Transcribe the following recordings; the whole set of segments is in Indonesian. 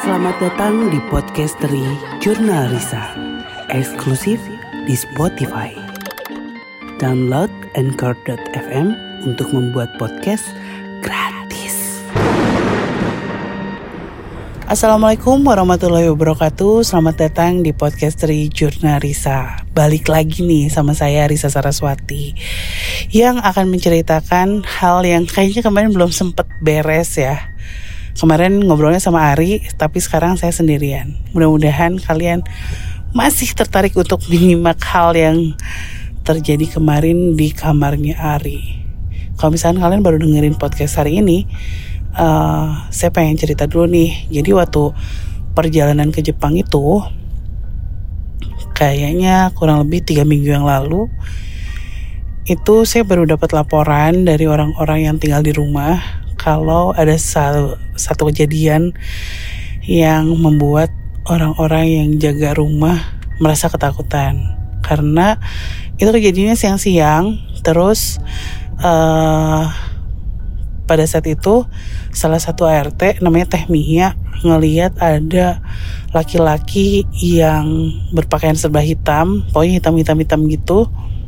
Selamat datang di Podcasteri Jurnal Risa, eksklusif di Spotify. Download Anchor.fm untuk membuat podcast gratis. Assalamualaikum warahmatullahi wabarakatuh. Selamat datang di Podcasteri Jurnal Risa. Balik lagi nih sama saya Risa Saraswati yang akan menceritakan hal yang kayaknya kemarin belum sempet beres ya. Kemarin ngobrolnya sama Ari, tapi sekarang saya sendirian. Mudah-mudahan kalian masih tertarik untuk menyimak hal yang terjadi kemarin di kamarnya Ari. Kalau misalnya kalian baru dengerin podcast hari ini, saya pengen cerita dulu nih. Jadi waktu perjalanan ke Jepang itu, kayaknya kurang lebih 3 minggu yang lalu, itu saya baru dapat laporan dari orang-orang yang tinggal di rumah kalau ada satu kejadian yang membuat orang-orang yang jaga rumah merasa ketakutan. Karena itu kejadiannya siang-siang, terus pada saat itu salah satu ART namanya Teh Mia ngelihat ada laki-laki yang berpakaian serba hitam, pokoknya hitam gitu.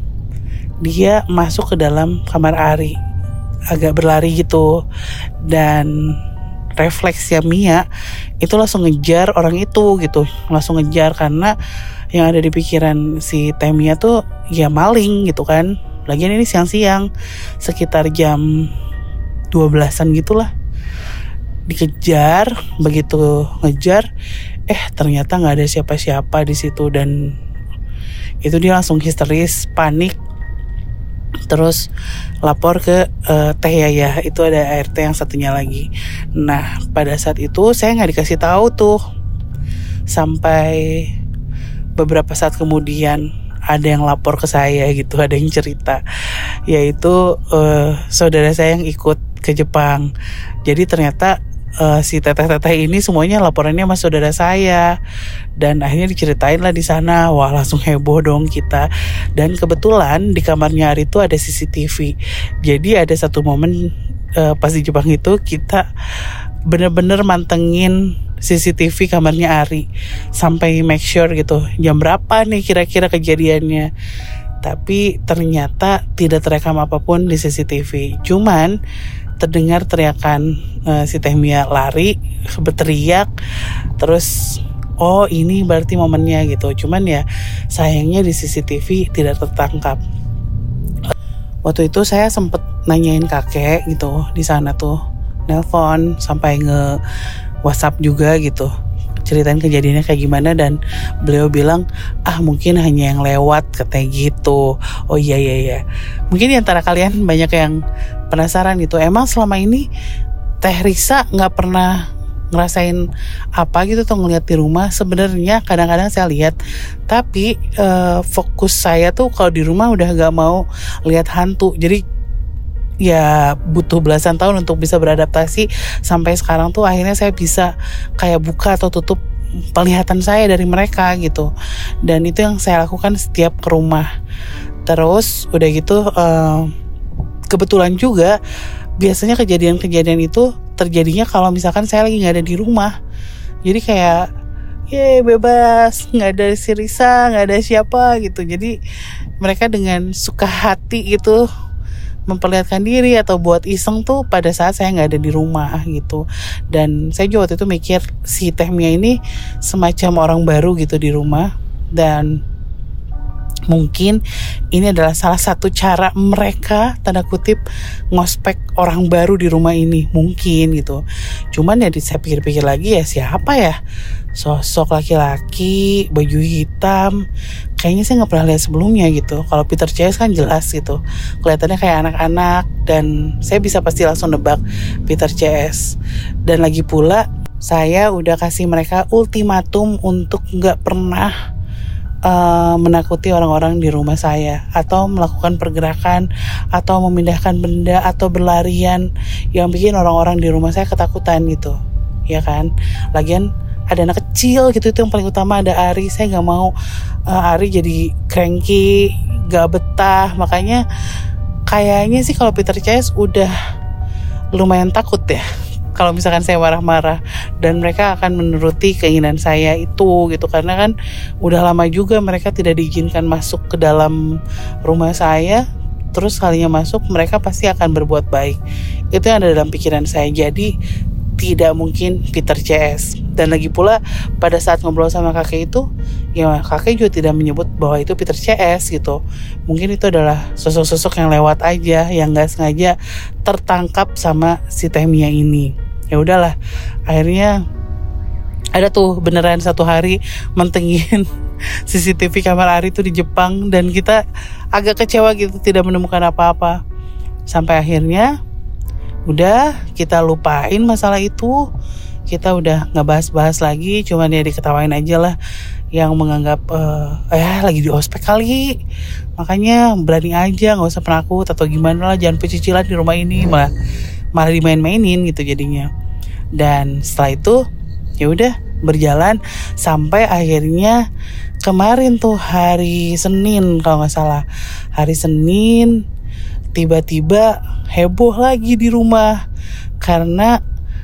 Dia masuk ke dalam kamar Ari, agak berlari gitu, dan refleksnya Mia itu langsung ngejar orang itu gitu, langsung ngejar karena yang ada di pikiran si Teh Mia tuh ya maling gitu kan. Lagian ini siang-siang sekitar jam 12-an gitulah, dikejar. Begitu ngejar, ternyata nggak ada siapa-siapa di situ, dan itu dia langsung histeris, panik. Terus lapor ke Teh Yaya, itu ada ART yang satunya lagi. Nah pada saat itu saya nggak dikasih tahu tuh, sampai beberapa saat kemudian ada yang lapor ke saya gitu, ada yang cerita, yaitu saudara saya yang ikut ke Jepang. Jadi ternyata si teteh-teteh ini semuanya laporannya sama saudara saya, dan akhirnya diceritain lah di sana. Wah, langsung heboh dong kita. Dan kebetulan di kamarnya Ari itu ada CCTV. Jadi ada satu momen pas di Jepang itu kita bener-bener mantengin CCTV kamarnya Ari sampai make sure gitu jam berapa nih kira-kira kejadiannya. Tapi ternyata tidak terekam apapun di CCTV. Cuman terdengar teriakan si Teh Mia lari, berteriak, terus oh ini berarti momennya gitu. Cuman ya sayangnya di CCTV tidak tertangkap. Waktu itu saya sempet nanyain kakek gitu di sana tuh, nelpon sampai nge WhatsApp juga gitu, ceritain kejadiannya kayak gimana, dan beliau bilang mungkin hanya yang lewat katanya gitu. Oh iya, mungkin di antara kalian banyak yang penasaran gitu, emang selama ini Teh Risa nggak pernah ngerasain apa gitu tuh ngeliat di rumah. Sebenarnya kadang-kadang saya lihat, tapi fokus saya tuh kalau di rumah udah nggak mau lihat hantu. Jadi ya butuh belasan tahun untuk bisa beradaptasi. Sampai sekarang tuh akhirnya saya bisa kayak buka atau tutup penglihatan saya dari mereka gitu. Dan itu yang saya lakukan setiap ke rumah. Terus udah gitu kebetulan juga biasanya kejadian-kejadian itu terjadinya kalau misalkan saya lagi gak ada di rumah. Jadi kayak bebas, gak ada si Risa, gak ada siapa gitu. Jadi mereka dengan suka hati gitu memperlihatkan diri atau buat iseng tuh pada saat saya nggak ada di rumah gitu. Dan saya juga waktu itu mikir si Teh Mia ini semacam orang baru gitu di rumah, dan mungkin ini adalah salah satu cara mereka tanda kutip ngospek orang baru di rumah ini mungkin gitu. Cuman ya saya pikir-pikir lagi, ya siapa ya sosok laki-laki baju hitam, kayaknya saya nggak pernah lihat sebelumnya gitu. Kalau Peter Chase kan jelas gitu, kelihatannya kayak anak-anak, dan saya bisa pasti langsung nebak Peter Chase. Dan lagi pula saya udah kasih mereka ultimatum untuk nggak pernah menakuti orang-orang di rumah saya, atau melakukan pergerakan, atau memindahkan benda, atau berlarian yang bikin orang-orang di rumah saya ketakutan gitu, ya kan. Lagian ada anak kecil gitu, itu yang paling utama. Ada Ari, saya nggak mau Ari jadi cranky, gak betah. Makanya kayaknya sih kalau Peter Chase udah lumayan takut ya kalau misalkan saya marah-marah, dan mereka akan menuruti keinginan saya itu gitu, karena kan udah lama juga mereka tidak diizinkan masuk ke dalam rumah saya. Terus kalinya masuk, mereka pasti akan berbuat baik. Itu yang ada dalam pikiran saya. Jadi tidak mungkin Peter CS. Dan lagi pula pada saat ngobrol sama kakek itu, ya kakek juga tidak menyebut bahwa itu Peter CS gitu. Mungkin itu adalah sosok-sosok yang lewat aja, yang nggak sengaja tertangkap sama si Teh Mia ini. Ya udahlah, akhirnya ada tuh beneran satu hari mentengin CCTV kamar Ari tuh di Jepang, dan kita agak kecewa gitu tidak menemukan apa-apa. Sampai akhirnya udah kita lupain masalah itu, kita udah nggak bahas-bahas lagi, cuman ya diketawain aja lah, yang menganggap lagi di ospek kali, makanya berani aja, nggak usah penakut atau gimana lah, jangan pecicilan di rumah ini, malah dimain-mainin gitu jadinya. Dan setelah itu ya udah berjalan sampai akhirnya kemarin tuh hari Senin kalau nggak salah, hari Senin tiba-tiba heboh lagi di rumah karena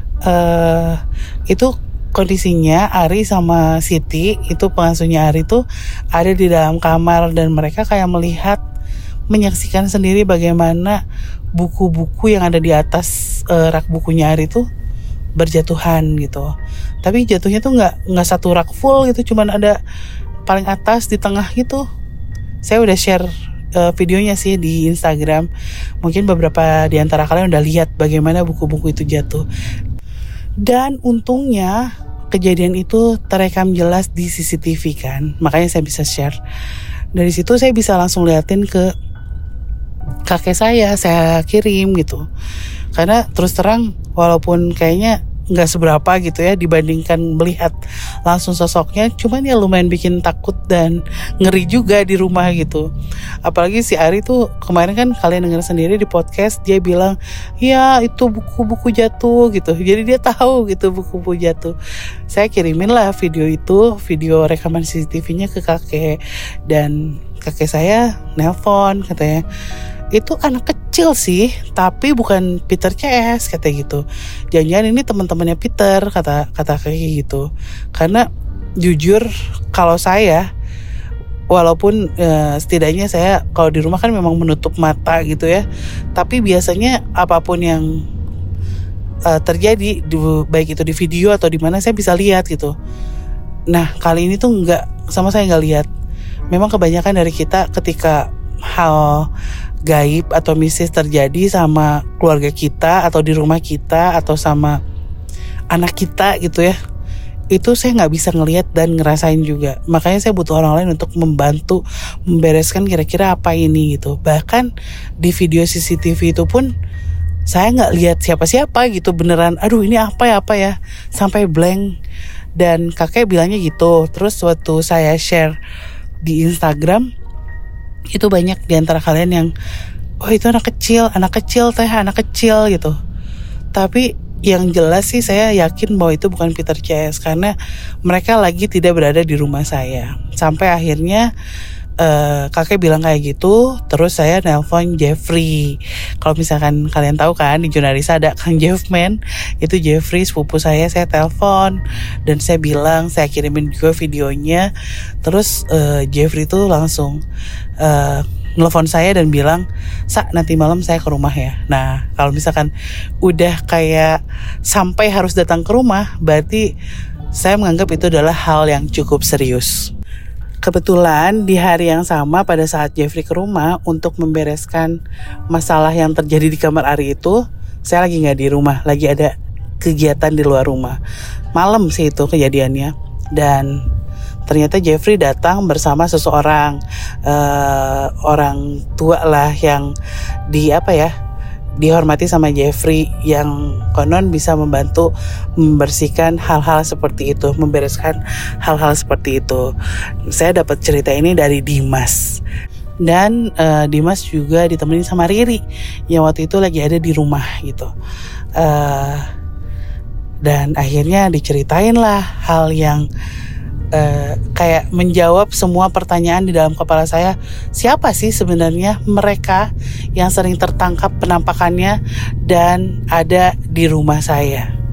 itu kondisinya Ari sama Siti, itu pengasuhnya Ari tuh ada di dalam kamar, dan mereka kayak menyaksikan sendiri bagaimana buku-buku yang ada di atas rak bukunya Ari tuh berjatuhan gitu. Tapi jatuhnya tuh nggak satu rak full gitu, cuman ada paling atas di tengah gitu. Saya udah share videonya sih di Instagram. Mungkin beberapa di antara kalian udah lihat bagaimana buku-buku itu jatuh. Dan untungnya kejadian itu terekam jelas di CCTV kan, makanya saya bisa share. Dari situ saya bisa langsung liatin ke kakek saya kirim gitu. Karena terus terang walaupun kayaknya nggak seberapa gitu ya dibandingkan melihat langsung sosoknya, cuman ya lumayan bikin takut dan ngeri juga di rumah gitu. Apalagi si Ari tuh kemarin kan kalian dengar sendiri di podcast, dia bilang ya itu buku-buku jatuh gitu, jadi dia tahu gitu buku-buku jatuh. Saya kirimin lah video itu, video rekaman CCTV-nya ke kakek, dan kakek saya nelpon katanya itu anak kecil sih, tapi bukan Peter CS katanya gitu. Jangan-jangan ini teman-temannya Peter, kata kayak gitu. Karena jujur kalau saya, walaupun setidaknya saya kalau di rumah kan memang menutup mata gitu ya, tapi biasanya apapun yang terjadi, baik itu di video atau di mana, saya bisa lihat gitu. Nah kali ini tuh saya nggak lihat. Memang kebanyakan dari kita ketika hal gaib atau mistis terjadi sama keluarga kita atau di rumah kita atau sama anak kita gitu ya, itu saya nggak bisa ngelihat dan ngerasain juga. Makanya saya butuh orang lain untuk membantu membereskan kira-kira apa ini gitu. Bahkan di video CCTV itu pun saya nggak lihat siapa-siapa gitu, beneran aduh ini apa ya sampai blank. Dan kakek bilangnya gitu. Terus waktu saya share di Instagram, itu banyak di antara kalian yang itu anak kecil gitu. Tapi yang jelas sih saya yakin bahwa itu bukan Peter CS, karena mereka lagi tidak berada di rumah saya. Sampai akhirnya kakek bilang kayak gitu. Terus saya nelpon Jeffrey. Kalau misalkan kalian tahu kan, di Jurnalisa ada Kang Jeffman, itu Jeffrey sepupu saya telepon dan saya bilang, saya kirimin juga videonya. Terus Jeffrey tuh langsung nelfon saya dan bilang, nanti malam saya ke rumah ya. Nah kalau misalkan udah kayak sampai harus datang ke rumah, berarti saya menganggap itu adalah hal yang cukup serius. Kebetulan di hari yang sama pada saat Jeffrey ke rumah untuk membereskan masalah yang terjadi di kamar Ari itu, saya lagi gak di rumah, lagi ada kegiatan di luar rumah. Malam sih itu kejadiannya. Dan ternyata Jeffrey datang bersama seseorang, orang tua lah yang dihormati sama Jeffrey, yang konon bisa membantu membersihkan hal-hal seperti itu, membereskan hal-hal seperti itu. Saya dapat cerita ini dari Dimas. Dan Dimas juga ditemenin sama Riri yang waktu itu lagi ada di rumah gitu. Dan akhirnya diceritain lah hal yang kayak menjawab semua pertanyaan di dalam kepala saya. Siapa sih sebenarnya mereka yang sering tertangkap penampakannya dan ada di rumah saya?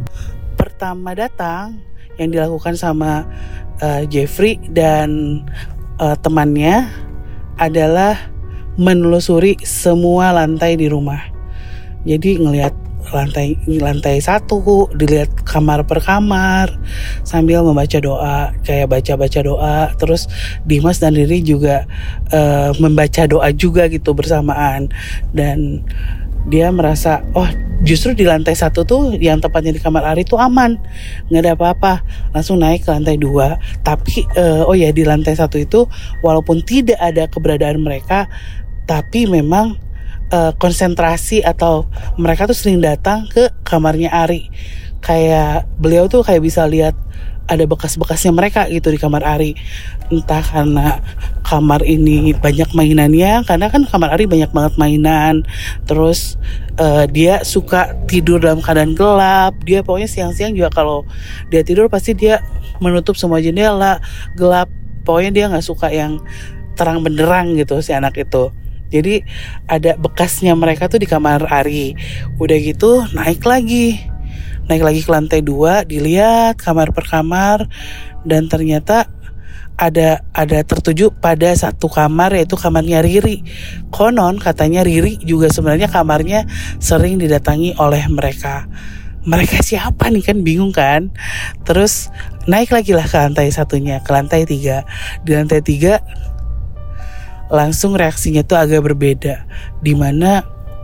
pertama datang yang dilakukan sama Jeffrey dan temannya adalah menelusuri semua lantai di rumah. Jadi ngelihat lantai satu, dilihat kamar per kamar sambil membaca doa, kayak baca doa. Terus Dimas dan Riri juga membaca doa juga gitu bersamaan. Dan dia merasa, oh justru di lantai satu tuh yang tepatnya di kamar Ari tuh aman, nggak ada apa-apa. Langsung naik ke lantai 2. Tapi di lantai satu itu walaupun tidak ada keberadaan mereka, tapi memang konsentrasi atau mereka tuh sering datang ke kamarnya Ari. Kayak beliau tuh kayak bisa lihat ada bekas-bekasnya mereka gitu di kamar Ari. Entah karena kamar ini banyak mainannya, karena kan kamar Ari banyak banget mainan. Terus dia suka tidur dalam keadaan gelap. Dia pokoknya siang-siang juga kalau dia tidur pasti dia menutup semua jendela, gelap. Pokoknya dia gak suka yang terang benderang gitu si anak itu. Jadi ada bekasnya mereka tuh di kamar Ari. Udah gitu naik lagi ke lantai 2, dilihat kamar per kamar. Dan ternyata ada tertuju pada satu kamar, yaitu kamarnya Riri. Konon katanya Riri juga sebenarnya kamarnya sering didatangi oleh mereka. Mereka siapa nih, kan bingung kan. Terus naik lagi lah ke lantai satunya, ke lantai 3. Di lantai 3 langsung reaksinya tuh agak berbeda, dimana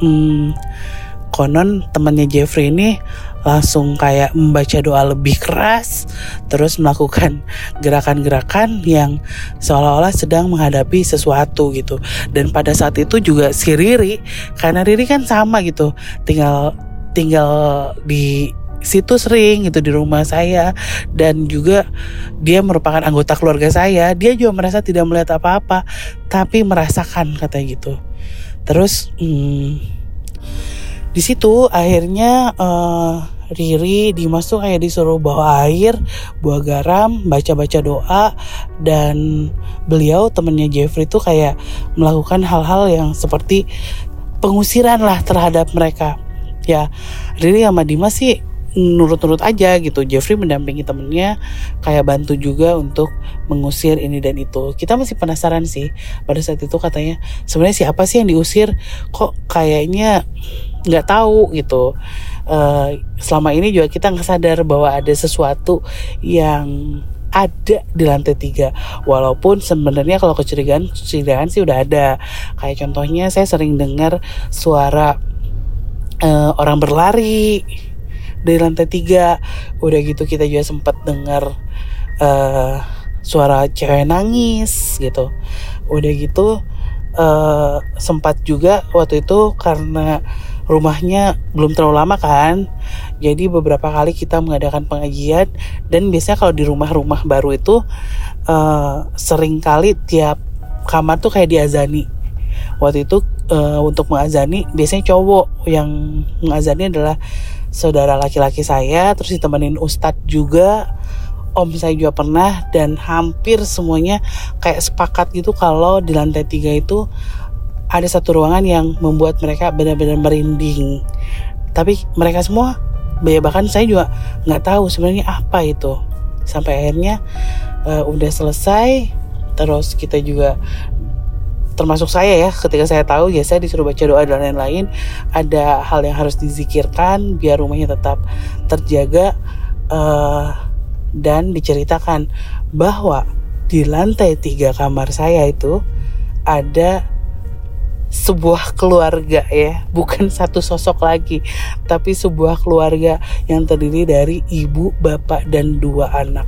konon temannya Jeffrey ini langsung kayak membaca doa lebih keras, terus melakukan gerakan-gerakan yang seolah-olah sedang menghadapi sesuatu gitu. Dan pada saat itu juga si Riri, karena Riri kan sama gitu, tinggal di situ sering gitu di rumah saya, dan juga dia merupakan anggota keluarga saya. Dia juga merasa tidak melihat apa-apa, tapi merasakan katanya gitu. Terus di situ akhirnya Riri, Dimas tuh kayak disuruh bawa air, bawa garam, baca-baca doa. Dan beliau temennya Jeffrey tuh kayak melakukan hal-hal yang seperti pengusiran lah terhadap mereka. Ya Riri sama Dimas sih nurut-nurut aja gitu. Jeffrey mendampingi temennya, kayak bantu juga untuk mengusir ini dan itu. Kita masih penasaran sih pada saat itu, katanya sebenarnya siapa sih yang diusir, kok kayaknya nggak tahu gitu. Selama ini juga kita nggak sadar bahwa ada sesuatu yang ada di lantai 3. Walaupun sebenarnya kalau kecurigaan sih udah ada. Kayak contohnya saya sering dengar suara orang berlari dari lantai 3. Udah gitu kita juga sempat dengar suara cewek nangis gitu. Udah gitu sempat juga waktu itu karena rumahnya belum terlalu lama kan, jadi beberapa kali kita mengadakan pengajian. Dan biasanya kalau di rumah-rumah baru itu sering kali tiap kamar tuh kayak diazani. Waktu itu untuk mengazani biasanya cowok yang mengazani adalah saudara laki-laki saya, terus ditemenin ustadz juga, om saya juga pernah. Dan hampir semuanya kayak sepakat gitu kalau di lantai 3 itu ada satu ruangan yang membuat mereka benar-benar merinding. Tapi mereka semua, bahkan saya juga nggak tahu sebenarnya apa itu. Sampai akhirnya udah selesai, terus kita juga, termasuk saya ya, ketika saya tahu ya saya disuruh baca doa dan lain-lain, ada hal yang harus dizikirkan biar rumahnya tetap terjaga. Dan diceritakan bahwa di lantai 3 kamar saya itu ada sebuah keluarga ya, bukan satu sosok lagi, tapi sebuah keluarga yang terdiri dari ibu, bapak, dan 2 anak.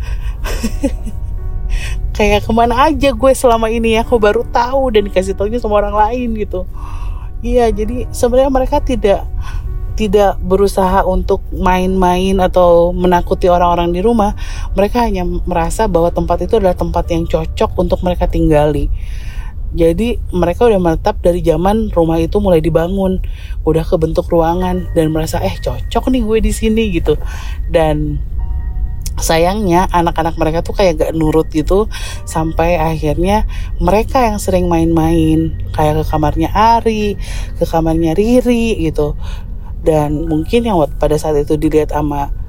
Kayak kemana aja gue selama ini ya, aku baru tahu dan dikasih taunya sama orang lain gitu. Iya, jadi sebenarnya mereka tidak berusaha untuk main-main atau menakuti orang-orang di rumah. Mereka hanya merasa bahwa tempat itu adalah tempat yang cocok untuk mereka tinggali. Jadi mereka udah menetap dari zaman rumah itu mulai dibangun, udah kebentuk ruangan, dan merasa cocok nih gue di sini gitu. Dan sayangnya anak-anak mereka tuh kayak gak nurut gitu, sampai akhirnya mereka yang sering main-main, kayak ke kamarnya Ari, ke kamarnya Riri gitu. Dan mungkin yang pada saat itu dilihat sama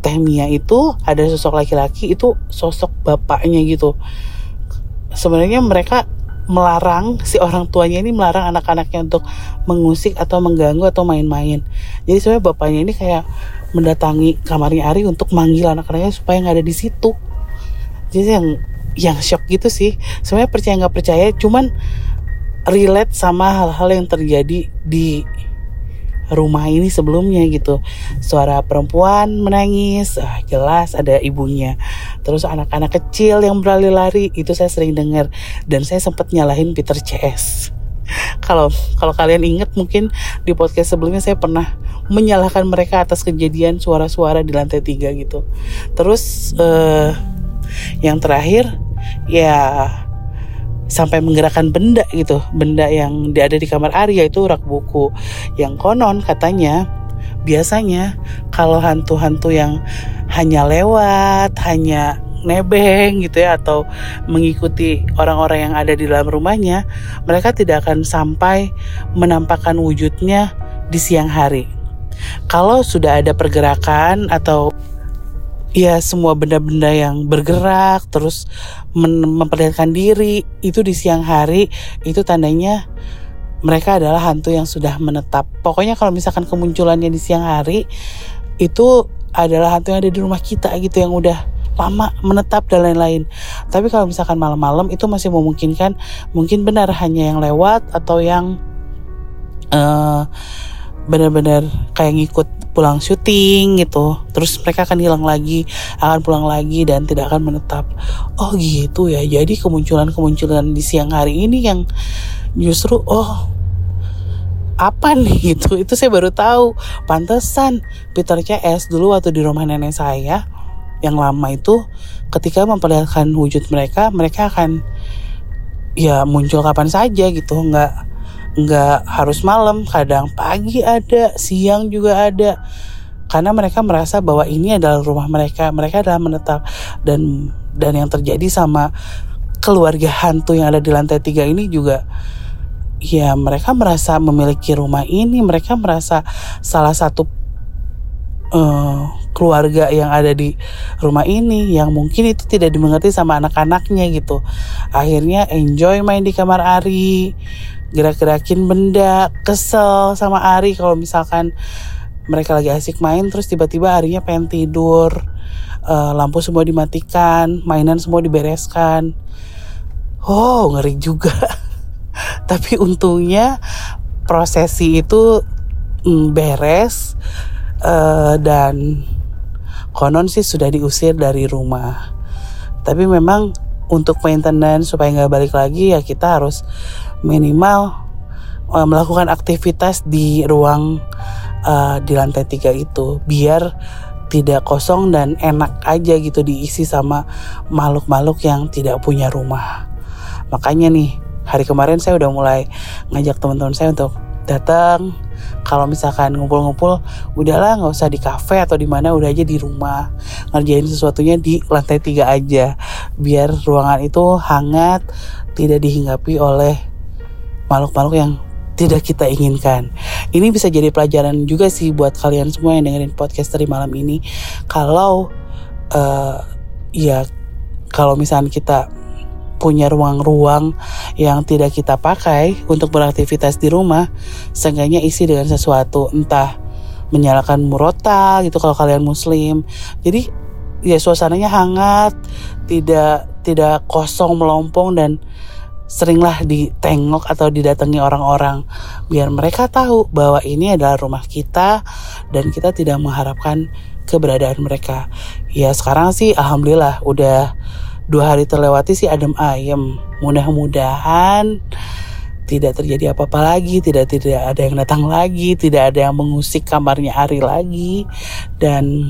Teh Mia itu ada sosok laki-laki, itu sosok bapaknya gitu. Sebenarnya mereka melarang, si orang tuanya ini melarang anak-anaknya untuk mengusik atau mengganggu atau main-main. Jadi sebenarnya bapaknya ini kayak mendatangi kamarnya Ari untuk manggil anak-anaknya supaya nggak ada di situ. Jadi yang shock gitu sih. Sebenarnya percaya nggak percaya, cuman relate sama hal-hal yang terjadi di rumah ini sebelumnya gitu. Suara perempuan menangis, jelas ada ibunya. Terus anak-anak kecil yang berlari-lari, itu saya sering dengar. Dan saya sempat nyalahin Peter CS. Kalau kalian ingat, mungkin di podcast sebelumnya saya pernah menyalahkan mereka atas kejadian suara-suara di lantai 3 gitu. Terus yang terakhir ya sampai menggerakkan benda gitu, benda yang ada di kamar Arya itu rak buku, yang konon katanya biasanya kalau hantu-hantu yang hanya lewat, hanya nebeng gitu ya, atau mengikuti orang-orang yang ada di dalam rumahnya, mereka tidak akan sampai menampakkan wujudnya di siang hari. Kalau sudah ada pergerakan atau ya semua benda-benda yang bergerak terus memperlihatkan diri itu di siang hari, itu tandanya mereka adalah hantu yang sudah menetap. Pokoknya kalau misalkan kemunculannya di siang hari, itu adalah hantu yang ada di rumah kita gitu, yang udah lama menetap dan lain-lain. Tapi kalau misalkan malam-malam itu masih memungkinkan, mungkin benar hanya yang lewat atau yang benar-benar kayak ngikut pulang syuting gitu, terus mereka akan hilang lagi, akan pulang lagi dan tidak akan menetap. Oh gitu ya, jadi kemunculan di siang hari ini yang justru apa nih gitu, itu saya baru tahu. Pantesan Peter CS dulu waktu di rumah nenek saya yang lama itu, ketika memperlihatkan wujud mereka akan ya muncul kapan saja gitu, nggak harus malam, kadang pagi ada, siang juga ada, karena mereka merasa bahwa ini adalah rumah mereka adalah menetap. Dan yang terjadi sama keluarga hantu yang ada di lantai 3 ini juga, ya mereka merasa memiliki rumah ini, mereka merasa salah satu keluarga yang ada di rumah ini, yang mungkin itu tidak dimengerti sama anak-anaknya gitu. Akhirnya enjoy main di kamar Ari, gerak-gerakin benda, kesel sama Ari kalau misalkan mereka lagi asik main terus tiba-tiba Arinya pengen tidur, lampu semua dimatikan, mainan semua dibereskan. Ngeri juga. Tapi untungnya prosesi itu beres, dan konon sih sudah diusir dari rumah. Tapi memang untuk maintenance supaya nggak balik lagi, ya kita harus minimal melakukan aktivitas di ruang di lantai 3 itu, biar tidak kosong dan enak aja gitu diisi sama makhluk-makhluk yang tidak punya rumah. Makanya nih, hari kemarin saya udah mulai ngajak teman-teman saya untuk datang. Kalau misalkan ngumpul-ngumpul, udahlah nggak usah di kafe atau di mana, udah aja di rumah ngerjain sesuatunya di lantai 3 aja, biar ruangan itu hangat, tidak dihinggapi oleh makhluk-makhluk yang tidak kita inginkan. Ini bisa jadi pelajaran juga sih buat kalian semua yang dengerin podcast dari malam ini. Kalau kalau misalnya kita punya ruang-ruang yang tidak kita pakai untuk beraktivitas di rumah, seenggaknya isi dengan sesuatu, entah menyalakan murotal gitu kalau kalian muslim. Jadi ya suasananya hangat, tidak kosong melompong, dan seringlah ditengok atau didatangi orang-orang biar mereka tahu bahwa ini adalah rumah kita dan kita tidak mengharapkan keberadaan mereka. Ya sekarang sih alhamdulillah udah 2 hari terlewati sih adem ayem. Mudah-mudahan tidak terjadi apa-apa lagi, tidak ada yang datang lagi, tidak ada yang mengusik kamarnya Ari lagi. Dan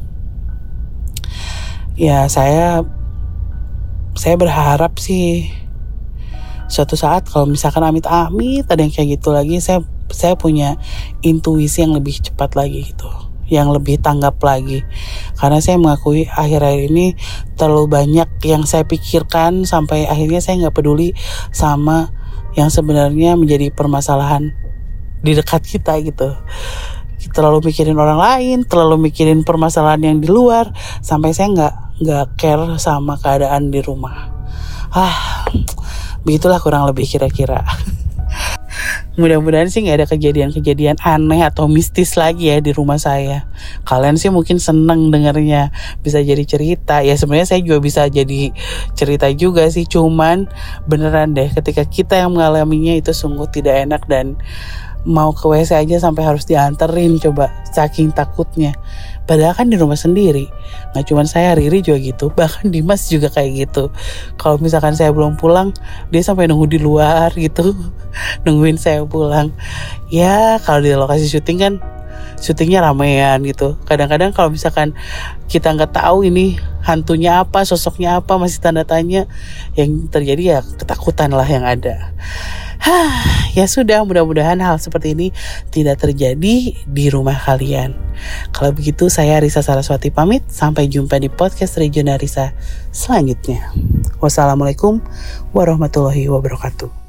ya saya berharap sih suatu saat kalau misalkan amit-amit ada yang kayak gitu lagi, saya punya intuisi yang lebih cepat lagi gitu, yang lebih tanggap lagi. Karena saya mengakui akhir-akhir ini terlalu banyak yang saya pikirkan sampai akhirnya saya gak peduli sama yang sebenarnya menjadi permasalahan di dekat kita gitu. terlalu mikirin orang lain, terlalu mikirin permasalahan yang di luar, sampai saya nggak care sama keadaan di rumah. Begitulah kurang lebih kira-kira. Mudah-mudahan sih nggak ada kejadian-kejadian aneh atau mistis lagi ya di rumah saya. Kalian sih mungkin seneng dengernya, bisa jadi cerita. Ya sebenarnya saya juga bisa jadi cerita juga sih. Cuman beneran deh, ketika kita yang mengalaminya itu sungguh tidak enak, dan mau ke WC aja sampai harus dianterin, coba saking takutnya. Padahal kan di rumah sendiri. Nggak cuma saya, Riri juga gitu. Bahkan Dimas juga kayak gitu. Kalau misalkan saya belum pulang, dia sampai nunggu di luar gitu. Nungguin saya pulang. Ya kalau di lokasi syuting kan, syutingnya ramean gitu. Kadang-kadang kalau misalkan kita nggak tahu ini hantunya apa, sosoknya apa, masih tanda tanya, yang terjadi ya ketakutan lah yang ada. Ya sudah, mudah-mudahan hal seperti ini tidak terjadi di rumah kalian. Kalau begitu saya Risa Saraswati pamit. Sampai jumpa di podcast Regional Risa selanjutnya. Wassalamualaikum warahmatullahi wabarakatuh.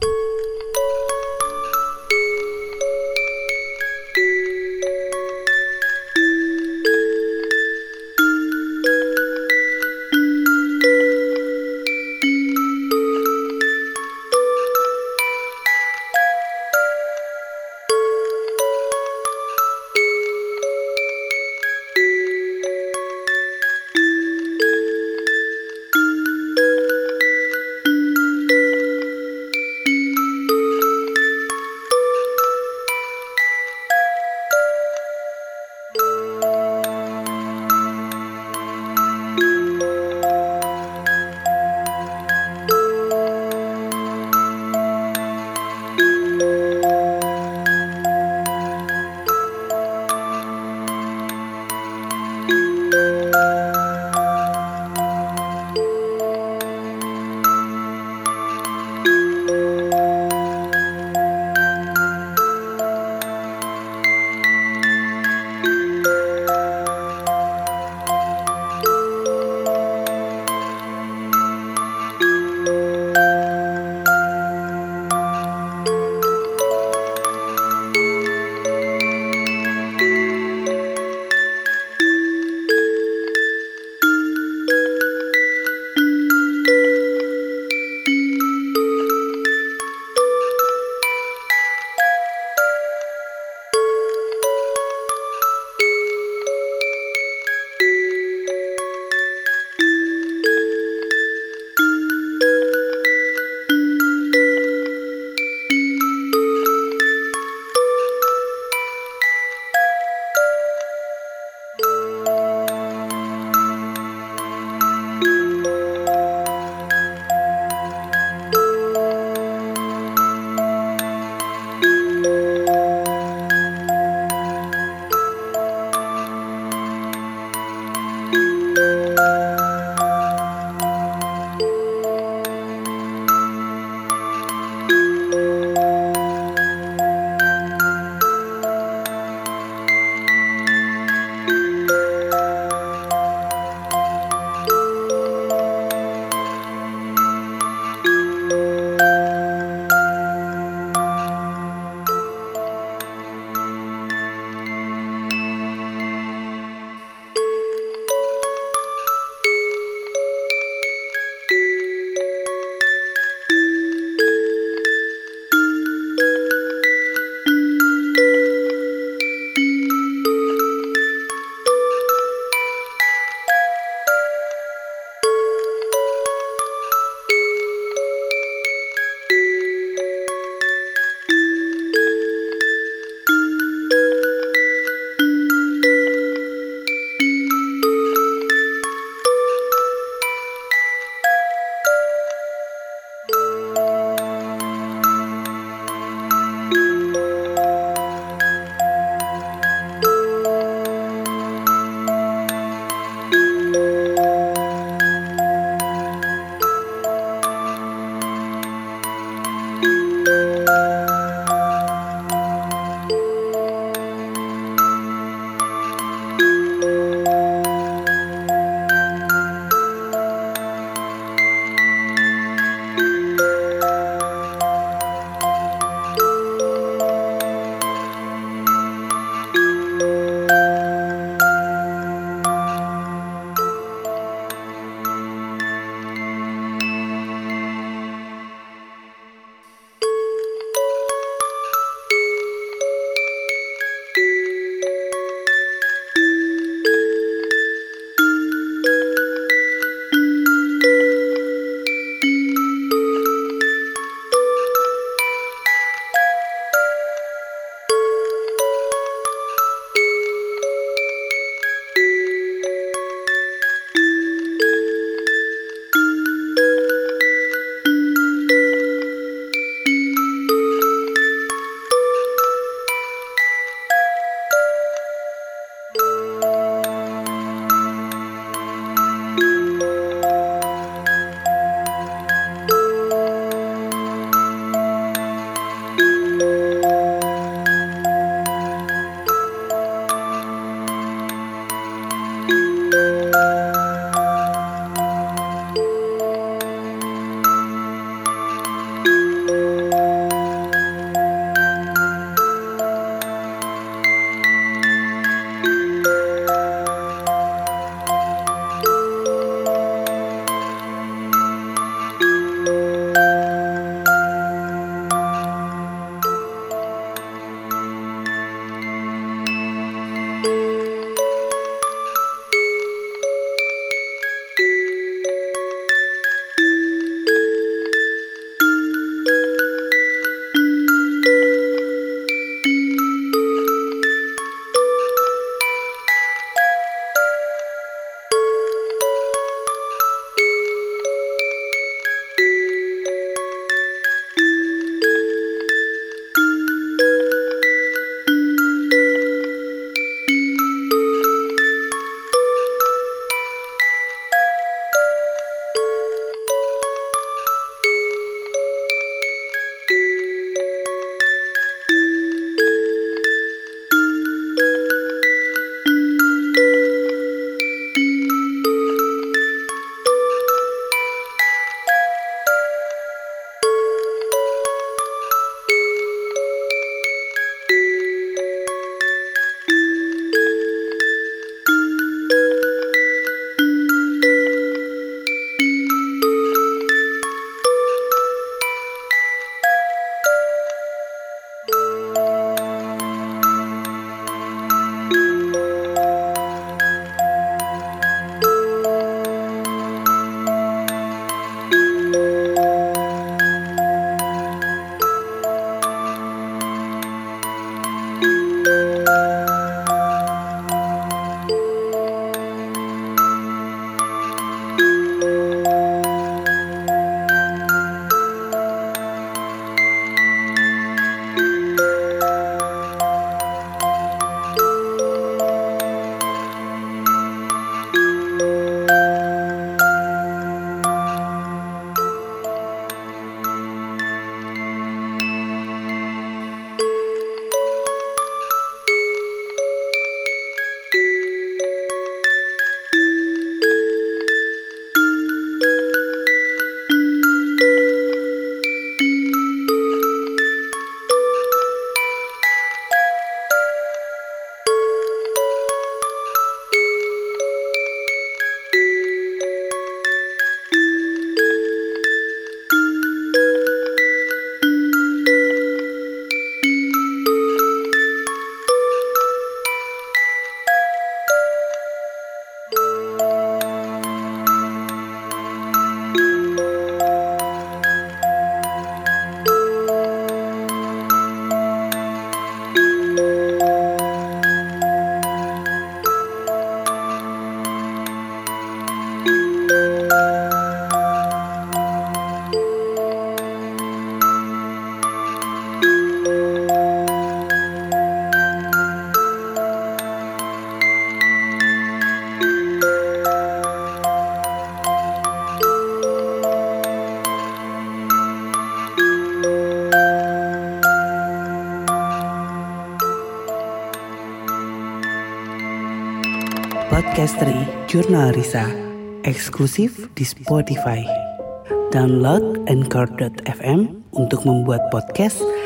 Podcastery Jurnal Risa, eksklusif di Spotify. Download Anchor.fm untuk membuat podcast